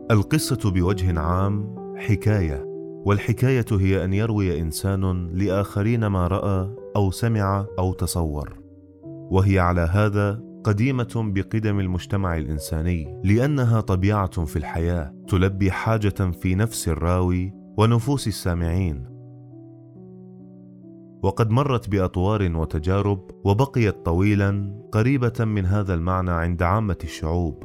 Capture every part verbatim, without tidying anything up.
القصة بوجه عام حكاية، والحكاية هي أن يروي إنسان لآخرين ما رأى أو سمع أو تصور، وهي على هذا قديمة بقدم المجتمع الإنساني، لأنها طبيعة في الحياة تلبي حاجة في نفس الراوي ونفوس السامعين، وقد مرت بأطوار وتجارب وبقيت طويلا قريبة من هذا المعنى عند عامة الشعوب.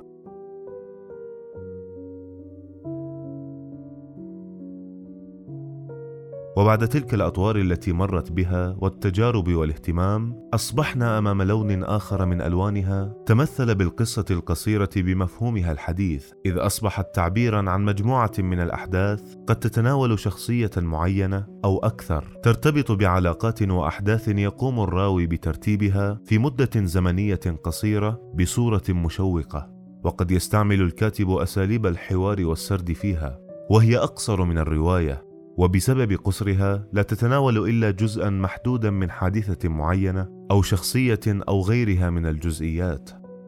وبعد تلك الأطوار التي مرت بها والتجارب والاهتمام، أصبحنا أمام لون آخر من ألوانها تمثل بالقصة القصيرة بمفهومها الحديث، إذ أصبحت تعبيرا عن مجموعة من الأحداث قد تتناول شخصية معينة أو أكثر، ترتبط بعلاقات وأحداث يقوم الراوي بترتيبها في مدة زمنية قصيرة بصورة مشوقة، وقد يستعمل الكاتب أساليب الحوار والسرد فيها، وهي أقصر من الرواية، وبسبب قصرها لا تتناول إلا جزءا محدودا من حادثة معينة أو شخصية أو غيرها من الجزئيات.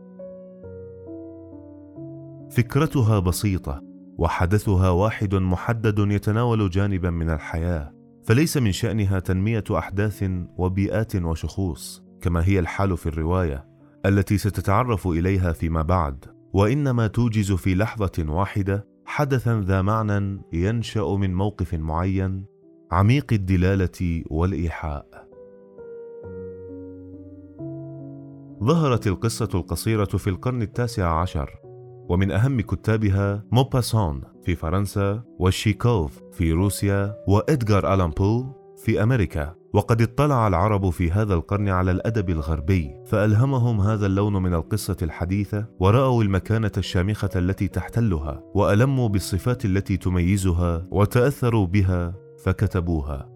فكرتها بسيطة وحدثها واحد محدد يتناول جانبا من الحياة، فليس من شأنها تنمية أحداث وبيئات وشخوص كما هي الحال في الرواية التي ستتعرف إليها فيما بعد، وإنما توجز في لحظة واحدة حدثا ذا معنى ينشأ من موقف معين عميق الدلالة والإيحاء. ظهرت القصة القصيرة في القرن التاسع عشر، ومن أهم كتابها موباسون في فرنسا، وشيكوف في روسيا، وإدغار ألان بو في أمريكا. وقد اطلع العرب في هذا القرن على الأدب الغربي فألهمهم هذا اللون من القصة الحديثة، ورأوا المكانة الشامخة التي تحتلها، وألموا بالصفات التي تميزها، وتأثروا بها فكتبوها.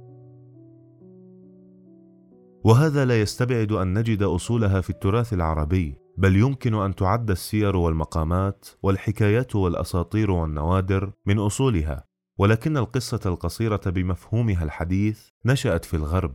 وهذا لا يستبعد أن نجد أصولها في التراث العربي، بل يمكن أن تعد السير والمقامات والحكايات والأساطير والنوادر من أصولها، ولكن القصة القصيرة بمفهومها الحديث نشأت في الغرب.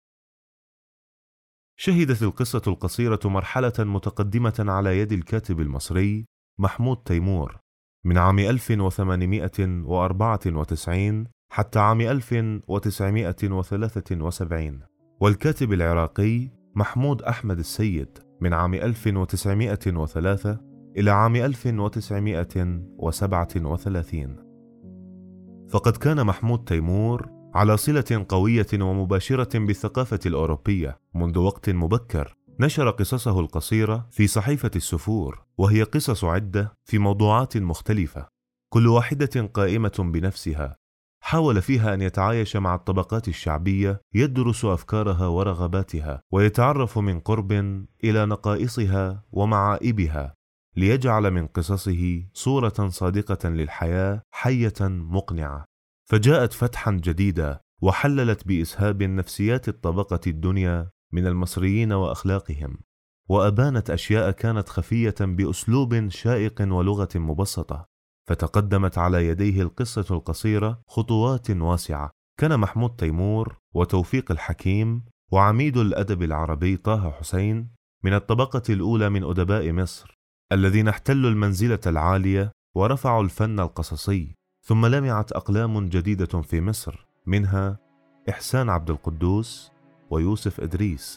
شهدت القصة القصيرة مرحلة متقدمة على يد الكاتب المصري محمود تيمور من عام ألف وثمانمائة وأربعة وتسعين حتى عام ألف وتسعمائة وثلاثة وسبعين، والكاتب العراقي محمود أحمد السيد من عام ألف وتسعمائة وثلاثة إلى عام ألف وتسعمائة وسبعة وثلاثين. فقد كان محمود تيمور على صلة قوية ومباشرة بالثقافة الأوروبية منذ وقت مبكر. نشر قصصه القصيرة في صحيفة السفور، وهي قصص عدة في موضوعات مختلفة، كل واحدة قائمة بنفسها. حاول فيها أن يتعايش مع الطبقات الشعبية، يدرس أفكارها ورغباتها، ويتعرف من قرب إلى نقائصها ومعائبها، ليجعل من قصصه صورة صادقة للحياة حية مقنعة. فجاءت فتحا جديدا، وحللت بإسهاب نفسيات الطبقة الدنيا من المصريين وأخلاقهم، وأبانت أشياء كانت خفية بأسلوب شائق ولغة مبسطة. فتقدمت على يديه القصة القصيرة خطوات واسعة. كان محمود تيمور وتوفيق الحكيم وعميد الأدب العربي طه حسين من الطبقة الأولى من أدباء مصر، الذين احتلوا المنزلة العالية ورفعوا الفن القصصي. ثم لمعت أقلام جديدة في مصر، منها إحسان عبد القدوس ويوسف إدريس.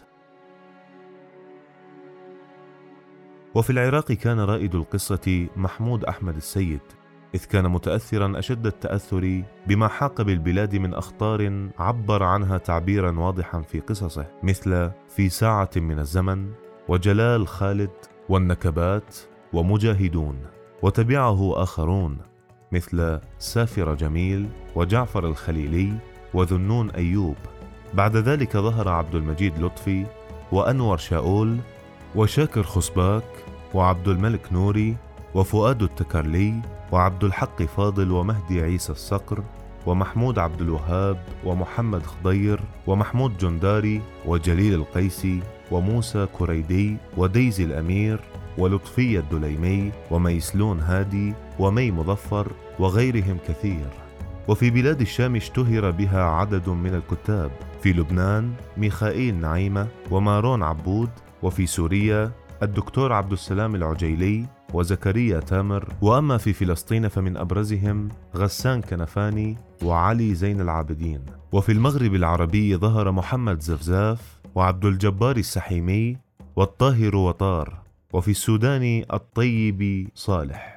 وفي العراق كان رائد القصة محمود أحمد السيد، إذ كان متأثرا أشد التأثر بما حاق بالبلاد من أخطار عبر عنها تعبيرا واضحا في قصصه، مثل في ساعة من الزمن، وجلال خالد، والنكبات، ومجاهدون. وتبعه آخرون مثل سافر جميل، وجعفر الخليلي، وذنون أيوب. بعد ذلك ظهر عبد المجيد لطفي، وأنور شاؤول، وشاكر خصباك، وعبد الملك نوري، وفؤاد التكرلي، وعبد الحق فاضل، ومهدي عيسى الصقر، ومحمود عبد الوهاب، ومحمد خضير، ومحمود جنداري، وجليل القيسي، وموسى كريدي، وديزي الأمير، ولطفية الدليمي، وميسلون هادي، ومي مظفر، وغيرهم كثير. وفي بلاد الشام اشتهر بها عدد من الكتاب، في لبنان ميخائيل نعيمة ومارون عبود، وفي سوريا الدكتور عبد السلام العجيلي وزكريا تامر. وأما في فلسطين فمن أبرزهم غسان كنفاني وعلي زين العابدين. وفي المغرب العربي ظهر محمد زفزاف وعبد الجبار السحيمي والطاهر وطار. وفي السودان الطيب صالح.